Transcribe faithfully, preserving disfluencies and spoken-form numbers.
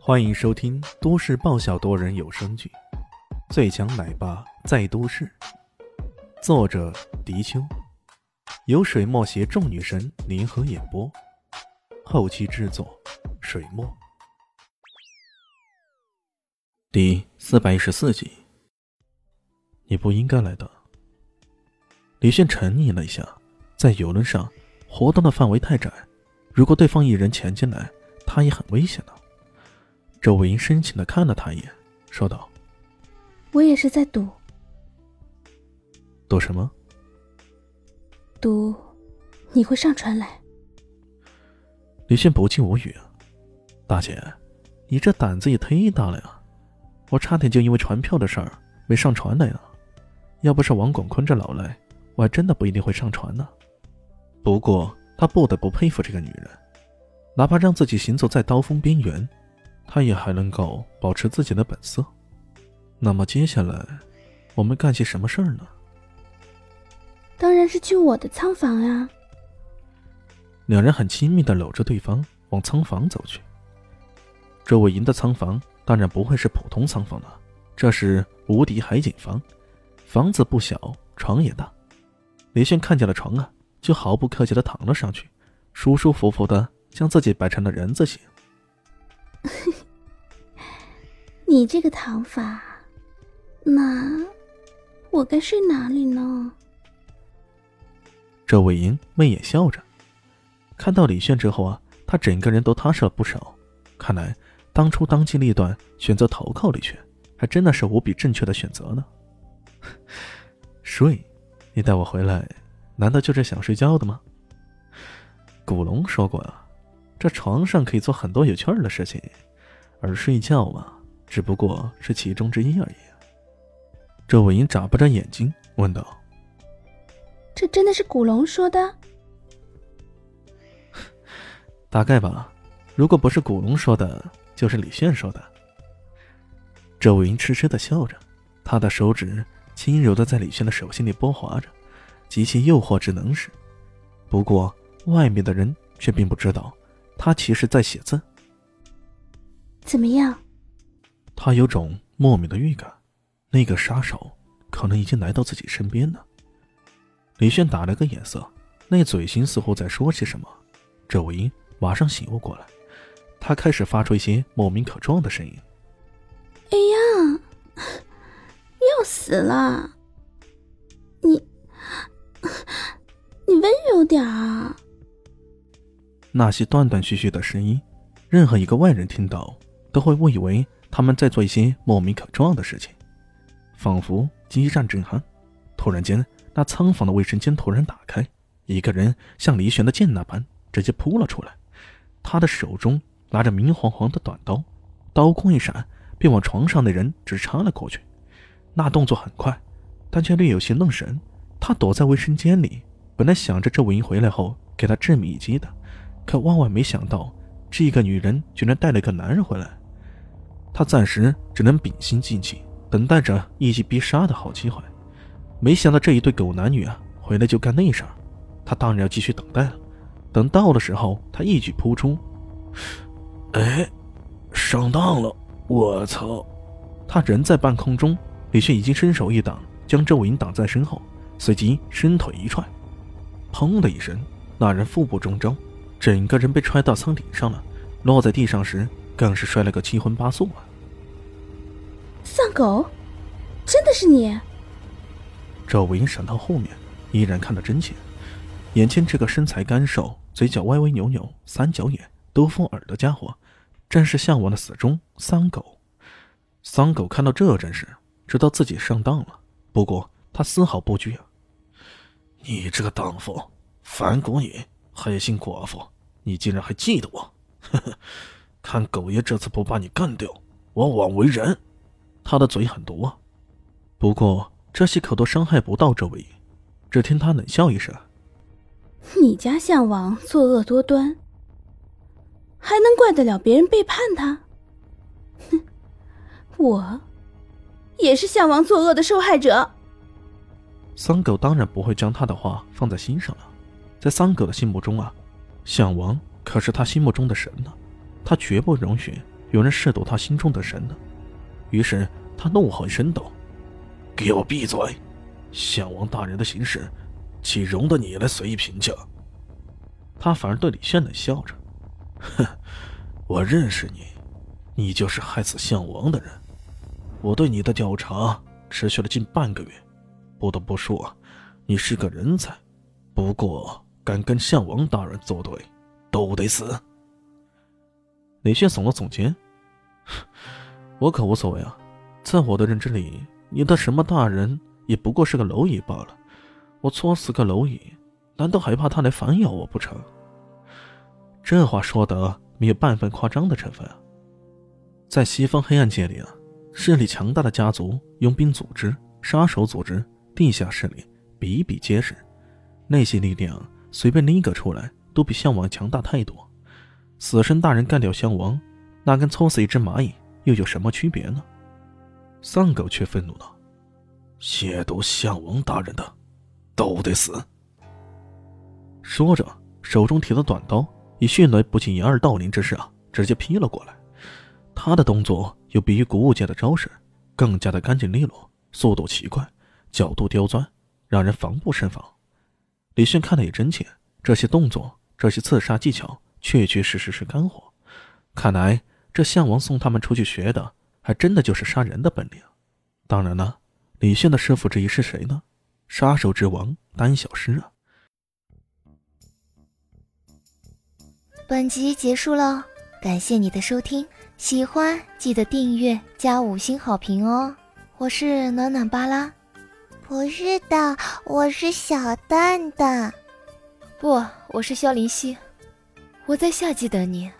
欢迎收听都市爆笑多人有声剧《最强奶爸在都市》，作者：迪秋，由水墨携众女神联合演播，后期制作：水墨。第四百一十四集。你不应该来的。李炫沉吟了一下，在游轮上活动的范围太窄，如果对方一人潜进来，他也很危险的。周伟英深情地看了他一眼，说道： 我也是在赌。 赌什么？ 赌你会上船来。 李炫不禁无语啊，大姐，你这胆子也忒大了呀！我差点就因为船票的事儿没上船来呢，要不是王广坤这老赖，我还真的不一定会上船呢。不过他不得不佩服这个女人，哪怕让自己行走在刀锋边缘，他也还能够保持自己的本色。那么接下来我们干些什么事儿呢？ 当然是去我的仓房啊。 两人很亲密地搂着对方往仓房走去。周伟银的仓房当然不会是普通仓房了，这是无敌海景房，房子不小，床也大。李炫看见了床啊，就毫不客气地躺了上去，舒舒服服地将自己摆成了人字形。 你这个躺法，那我该睡哪里呢？ 周伟银媚眼笑着，看到李炫之后啊，他整个人都踏实了不少。看来当初当机立断选择投靠李炫，还真的是无比正确的选择呢。睡？你带我回来，难道就是想睡觉的吗？古龙说过啊，这床上可以做很多有趣的事情，而睡觉嘛，只不过是其中之一而已。周伟英眨巴着眼睛问道： 这真的是古龙说的？ 大概吧，如果不是古龙说的，就是李炫说的。周伟英痴痴地笑着，他的手指轻柔地在李炫的手心里拨划着，极其诱惑之能事。不过外面的人却并不知道他其实在写字。 怎么样？ 他有种莫名的预感，那个杀手可能已经来到自己身边了。李炫打了个眼色，那嘴型似乎在说些什么。周伟英马上醒悟过来，他开始发出一些莫名可状的声音。 哎呀，要死了！你，你温柔点啊！ 那些断断续续的声音，任何一个外人听到都会误以为他们在做一些莫名可状的事情，仿佛激战震撼。突然间，那仓房的卫生间突然打开，一个人像离弦的箭那般直接扑了出来，他的手中拿着明晃晃的短刀，刀光一闪便往床上的人直插了过去。那动作很快，但却略有些愣神。他躲在卫生间里，本来想着周伟英回来后给他致命一击的，可万万没想到这个女人居然带了个男人回来。他暂时只能屏息静气，等待着一击必杀的好机会。没想到这一对狗男女啊，回来就干那事儿。他当然要继续等待了。等到的时候，他一举扑出。哎，上当了！我操！他人在半空中，李炫已经伸手一挡，将周伟英挡在身后，随即伸腿一踹，砰的一声，那人腹部中招，整个人被踹到舱顶上了，落在地上时更是摔了个七荤八素啊！ 丧狗，真的是你？ 周伟英闪到后面，依然看得真切，眼前这个身材干瘦、嘴角歪歪扭扭、三角眼、兜风耳的家伙，正是向往的死忠丧狗。丧狗看到这阵势，知道自己上当了，不过他丝毫不惧啊！你这个荡妇，反骨女，黑心寡妇，你竟然还记得我！呵呵，看狗爷这次不把你干掉，我枉为人！他的嘴很毒啊，不过这些可都伤害不到周伟英。只听他冷笑一声： 你家项王作恶多端，还能怪得了别人背叛他？哼，我也是项王作恶的受害者。 丧狗当然不会将他的话放在心上了，在丧狗的心目中啊，项王可是他心目中的神呢，他绝不容许有人亵渎他心中的神呢。于是他怒吼一声道：“给我闭嘴！项王大人的行事，岂容得你来随意评价？”他反而对李炫冷笑着：“哼，我认识你，你就是害死项王的人。我对你的调查持续了近半个月，不得不说，你是个人才。不过敢跟项王大人作对，都得死。”李炫耸了耸肩：“我可无所谓啊，在我的认知里，你的什么大人也不过是个蝼蚁罢了。我戳死个蝼蚁，难道还怕他来反咬我不成？”这话说得没有半分夸张的成分啊。在西方黑暗界里啊，势力强大的家族、佣兵组织、杀手组织、地下势力比比皆是，那些力量随便拎一个出来都比项王强大太多。死神大人干掉项王，那跟抽死一只蚂蚁又有什么区别呢？丧狗却愤怒道：“亵渎项王大人的，都得死！”说着，手中提的短刀以迅雷不及掩耳盗铃之势啊，直接劈了过来。他的动作有别于古武界的招式，更加的干净利落，速度奇快，角度刁钻，让人防不胜防。李迅看得也真切，这些动作，这些刺杀技巧，确确实实是干货。看来这项王送他们出去学的，还真的就是杀人的本领。当然了，李迅的师傅之一是谁呢？杀手之王丹小师啊。 本集结束了，感谢你的收听，喜欢记得订阅加五星好评哦。我是暖暖巴拉。 不是的，我是小蛋蛋。 不，我是萧林希。我在夏季等你。